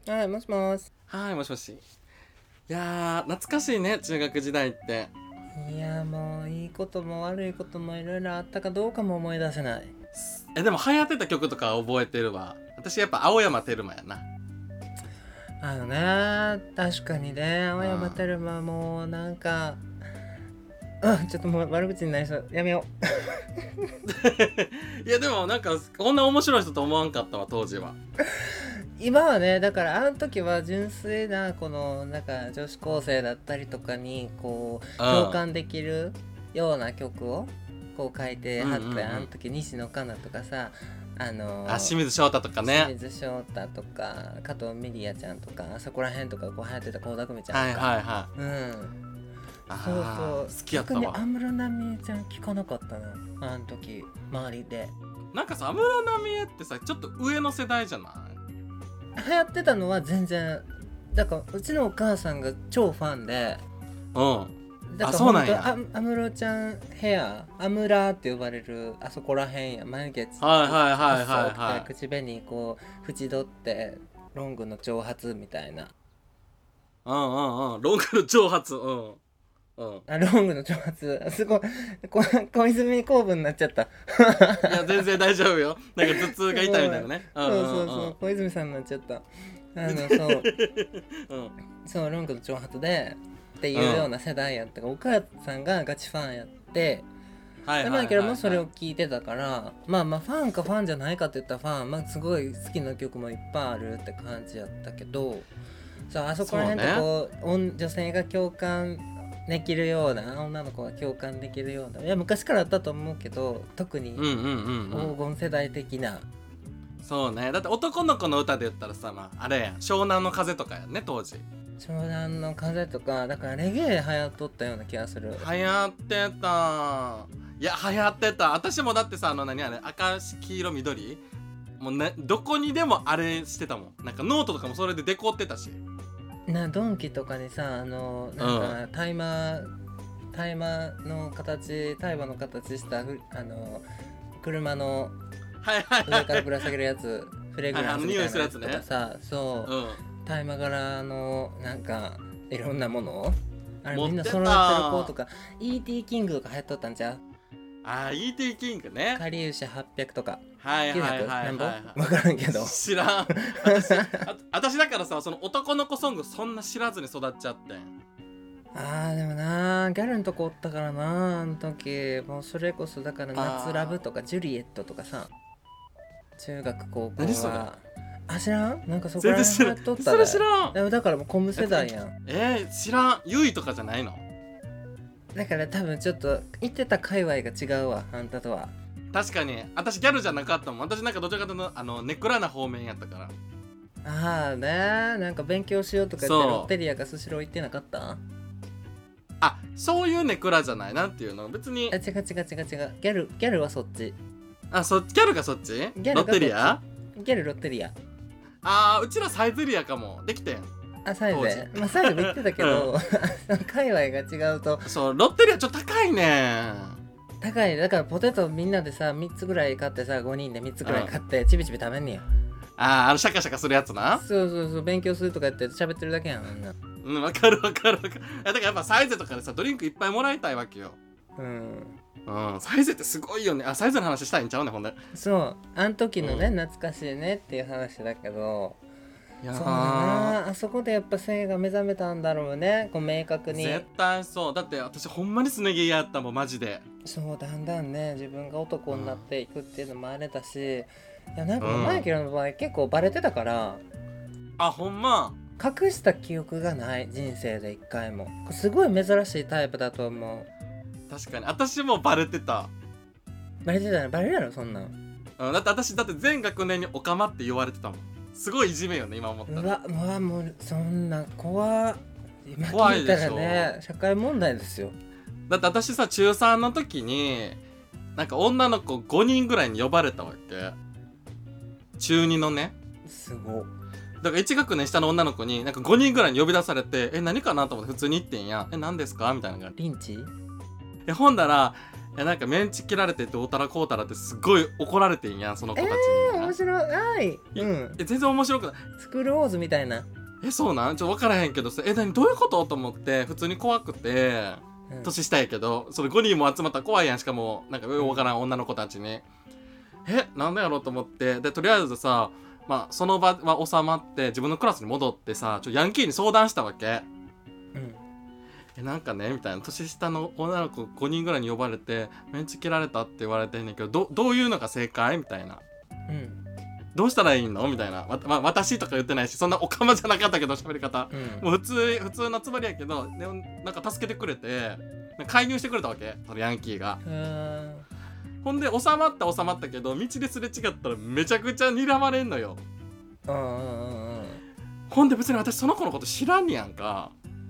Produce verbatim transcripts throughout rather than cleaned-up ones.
はい、もしもし。 はい、もしもし。いやー、懐かしいね、中学時代って。 いや、もういいことも悪いこともいろいろあったかどうかも思い出せない。 え、でも流行ってた曲とか覚えてるわ。私やっぱ青山テルマやな。 あのね、確かにね、青山うんテルマもなんか、うん、ちょっともう悪口になりそう。やめよいやでもなんかこんな面白い人と思わんかったわ、当時は。 う。今はね、だからあの時は純粋なこのなんか女子高生だったりとかにこううん共感できるような曲をこう書いてはって、 うんうんうんあの時西野カナとかさ、あのあ、清水翔太とかね。 清水翔太とか加藤ミリアちゃんとかそこら辺とかこう流行ってた倖田來未ちゃはいんとか、 はいはい。 うんあそうーそう好きやったわ。 逆に安室奈美恵ちゃん聞かなかったなあの時周りでなんかさ、安室奈美恵ってさ、ちょっと上の世代じゃない？ 流行ってたのは全然だからうちのお母さんが超ファンでうん。 だからあそうなんや本当安室ちゃんヘアアムラーって呼ばれるあそこら辺や眉毛つはいはいはいはい細はいくて口紅こう縁取ってロングの長髪みたいなうんうんうん。ロングの長髪。うんうん。 あロングの長髪すごいこ小泉公文になっちゃったいや全然大丈夫よ。なんか頭痛が痛いみたいなね。うんそううんうん。 そうそう小泉さんになっちゃったあのそううんそうロングの長髪でっていうような世代やったから、お母さんがガチファンやってはいはいはい、はい。 マイケルもそれを聞いてたからまあまあファンかファンじゃないかって言ったらファン、まあ、すごい好きな曲もいっぱいあるって感じやったけどそうあそこら辺ってこう、ね、女性が共感できるような女の子が共感できるようないや昔からあったと思うけど特にうんうんうんうん。 黄金世代的な、 そうね。だって男の子の歌で言ったらさ、まあ、あれやん。湘南の風とかやね、当時。 湘南の風とかだからレゲエ流行っとったような気がする流行ってた。いや、流行ってた。私もだってさ、あの何あれ、赤、黄色、緑もうね、どこにでもあれしてたもん。なんかノートとかもそれでデコってたし。 なドンキとかにさあのなんかタイマータイマーの形タイマーの形したふあの車のはいはいはい。 上からぶら下げるやつフレグランスみたいなやつとかさ、そううん。 タイマー柄のなんかいろんなものあれみんな持ってた揃ってる子とか イーティー キングとか流行っとったんちゃうあー、イーティー キングね。 カリウシはっぴゃくとかはいはいはいきゅうひゃくはい、 なんぼはい。 分からんけど知らん。私、あ私だからさ、その男の子ソングそんな知らずに育っちゃってん。 あーでもなギャルのとこおったからなあの時もうそれこそだから夏ラブとかジュリエットとかさ中学高校何それはあ知らんなんかそこら全然知らん。 辺やっとったそれ知らん。 でもだからもうコム世代やんえー、知らん。ゆいとかじゃないの？ だから多分ちょっと言ってた界隈が違うわあんたとは確かに。私ギャルじゃなかったもん。私なんかどちらかというと、あの、ネクラな方面やったから。 ああねなんか勉強しようとか言ってロッテリアかスシロー行ってなかったあ、そういうネクラじゃない。なんていうの別にあ。違う違う違う違うギャルギャルはそっちあ、そギャルがそっち？ ギャルがロッテリア？ ギャルロッテリアあー、うちらサイゼリアかも。できてん。 あサイゼまあサイゼも言ってたけど、うん、界隈が違うとそう、ロッテリアちょっと高いねん。 高いだからポテトみんなでさみっつぐらい買ってさごにんでみっつぐらい買ってちびちび食べんねやあー、あのシャカシャカするやつな。 そうそうそう勉強するとか言って喋ってるだけやんあんなうん、わかるわかるわかる。だからやっぱサイゼとかでさ、ドリンクいっぱいもらいたいわけよ。 うんうん、サイゼってすごいよね。あ、サイゼの話したいんちゃうね、ほんで。 そうあん時のね、 う懐かしいねっていう話だけどいやそうだなあそこでやっぱ性が目覚めたんだろうねこう明確に絶対そう。だって私ほんまにすね毛嫌やったもん、マジで。 そうだんだんね自分が男になっていくっていうのもあれだし、いやなんかうんマイケルの場合結構バレてたからあ、ほんま。 隠した記憶がない人生で一回もすごい珍しいタイプだと思う確かに。私もバレてた。 バレてたらバレるやろそんなんうん、だって私、だって全学年にオカマって言われてたもん。すごいいじめよね、今思ったうら。 わうわもうそんな怖今怖いでしょ聞いたらね社会問題ですよだって私さ、中さんの時に、なんか女の子ごにんぐらいに呼ばれたわけ。中にのね。 すごだからいち学年下の女の子になんかごにんぐらいに呼び出されて、え、何かなと思って普通に言ってんや。え、何ですかみたいな感じ。 リンチえ、ほんだら、 いやなんかメンチ切られてどうたらこうたらってすごい怒られてんやんその子たちに。 えー、面白い。うんえ全然面白くない。 スクールウォーズみたいな。 えそうなんちょっと分からへんけどさえ何どういうことと思って普通に怖くて、うん、年下やけどそれごにんも集まったら怖いやんしかもなんかよく分からん女の子たちにえなんだやろうと思ってでとりあえずさまあその場は収まって自分のクラスに戻ってさちょヤンキーに相談したわけ。うんえなんかねみたいな年下の女の子ごにんぐらいに呼ばれてメンチ切られたって言われてんねんけど ど, どういうのが正解みたいな、うん、どうしたらいいのみたいな、わまあ、私とか言ってないしそんなおかまじゃなかったけど喋り方、うん、もう普通普通のつもりやけどでもなんか助けてくれて介入してくれたわけそのヤンキーが。ほんで収まった収まったけど道ですれ違ったらめちゃくちゃ睨まれんのよ。ほんで別に私その子のこと知らんやんか。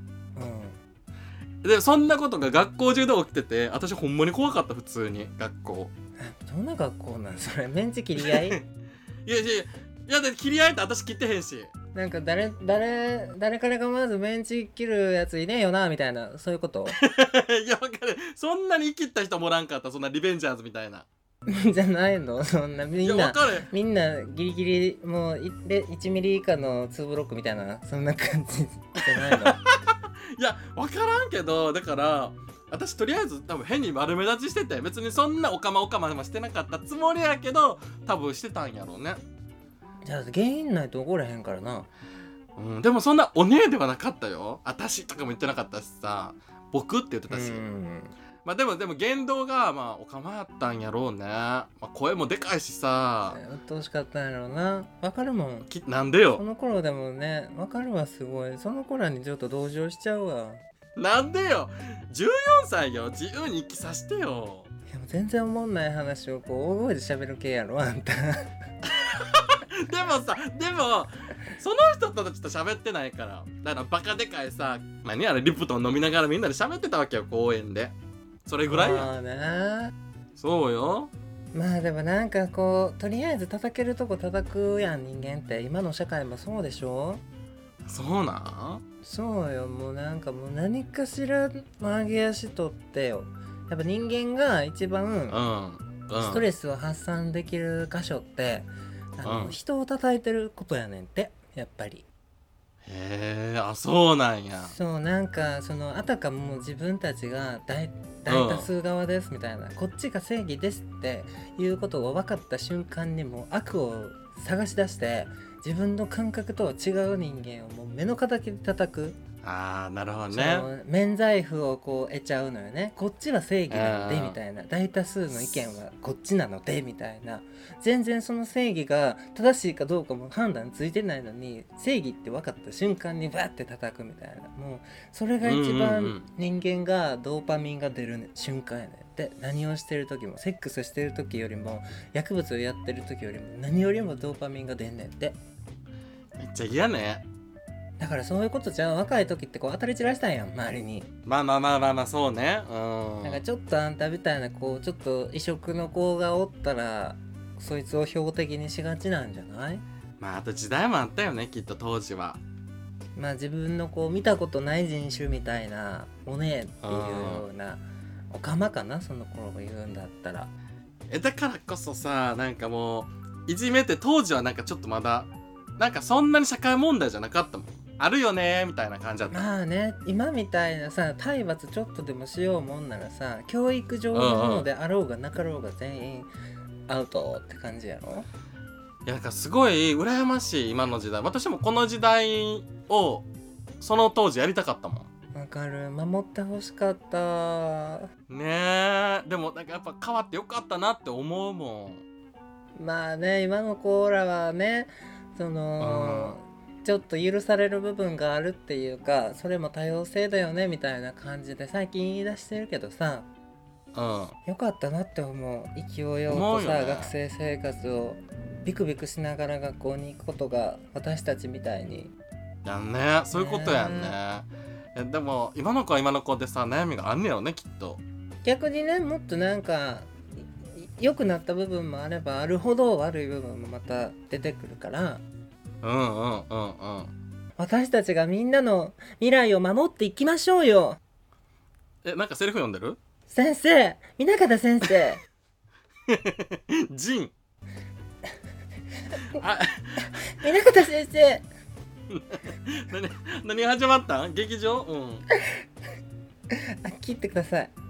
でそんなことが学校中で起きてて私ほんまに怖かった普通に学校。 どんな学校なんそれメンチ切り合いいやいやいやいやで切り合いって私切ってへんしなんか誰誰誰からがまずメンチ切るやついねえよなみたいなそういうこといや分かるそんなに生きった人もおらんかったそんなリベンジャーズみたいなじゃないのそんなみんなみんなギリギリもういちミリ以下のにブロックみたいなそんな感じじゃないのいや分からんけどだから私とりあえず多分変に丸目立ちしてて別にそんなおかまおかまもしてなかったつもりやけど多分してたんやろうね。 じゃあ原因ないと怒れへんからな。 うんでもそんなお姉ではなかったよ。私とかも言ってなかったしさ僕って言ってたし、うんまあでもでも言動がまあおかまやったんやろうね、まあ、声もでかいしさうっとうしかったんやろうな。わかるもんきなんでよその頃でもねわかるわすごいその頃にちょっと同情しちゃうわ。 なんでよじゅうよんさいよ自由に生きさせてよ。 いやもう全然おもんない話をこう大声で喋る系やろあんたでもさでもその人とちょっと喋ってないからだからバカでかいさ何あれリプトン飲みながらみんなで喋ってたわけよ公園で。それぐらいや。 まあねそうよ。 まあでもなんかこうとりあえず叩けるとこ叩くやん人間って今の社会もそうでしょ。 そうなん。 そうよもうなんかもう何かしら曲げ足取ってよ。やっぱ人間が一番、うんうん、ストレスを発散できる箇所ってあの、うん、人を叩いてることやねんってやっぱり。 へえあそうなんや。 そうなんかそのあたかも自分たちが大大多数側ですみたいな、うん、こっちが正義ですっていうことを分かった瞬間にもう悪を探し出して自分の感覚とは違う人間をもう目の敵で叩く。 あーなるほどね。 免罪符をこう得ちゃうのよね。こっちは正義なのでみたいな大多数の意見はこっちなのでみたいな全然その正義が正しいかどうかも判断ついてないのに正義って分かった瞬間にバッて叩くみたいなもうそれが一番人間がドーパミンが出る瞬間やねんって何をしてる時もセックスしてる時よりも薬物をやってる時よりも何よりもドーパミンが出んねんって。 めっちゃ嫌ね。 だからそういうことじゃん若い時ってこう当たり散らしたんやん周りに。 まあまあまあまあまあそうね。うんなんかちょっとあんたみたいなこうちょっと異色の子がおったらそいつを標的にしがちなんじゃない。 まああと時代もあったよねきっと当時は。 まあ自分のこう見たことない人種みたいなおねえっていうようなおかまかなその頃が言うんだったら。 えだからこそさなんかもういじめって当時はなんかちょっとまだなんかそんなに社会問題じゃなかったもん。あるよねみたいな感じだった。 まあね今みたいなさ体罰ちょっとでもしようもんならさ教育上のものであろうがなかろうが全員アウトって感じやろ。 いやなんかすごい羨ましい今の時代。私もこの時代をその当時やりたかったもん。わかる守ってほしかったねえ。でもなんかやっぱ変わってよかったなって思うもん。まあね今の子らはねその、うん、ちょっと許される部分があるっていうかそれも多様性だよねみたいな感じで最近言い出してるけどさ、うん、よかったなって思う。勢いよくさ、ね、学生生活をビクビクしながら学校に行くことが私たちみたいにやんね。そういうことやんね。えでも今の子は今の子でさ悩みがあんねやろねきっと。 逆にねもっとなんか良くなった部分もあればあるほど悪い部分もまた出てくるからうんうんうんうん私たちがみんなの未来を守っていきましょうよ。 えなんかセリフ読んでる？ 先生、南方先生。 ジン。あ、 南方先生。 何何始まったん？劇場？うん。 あ、切ってください。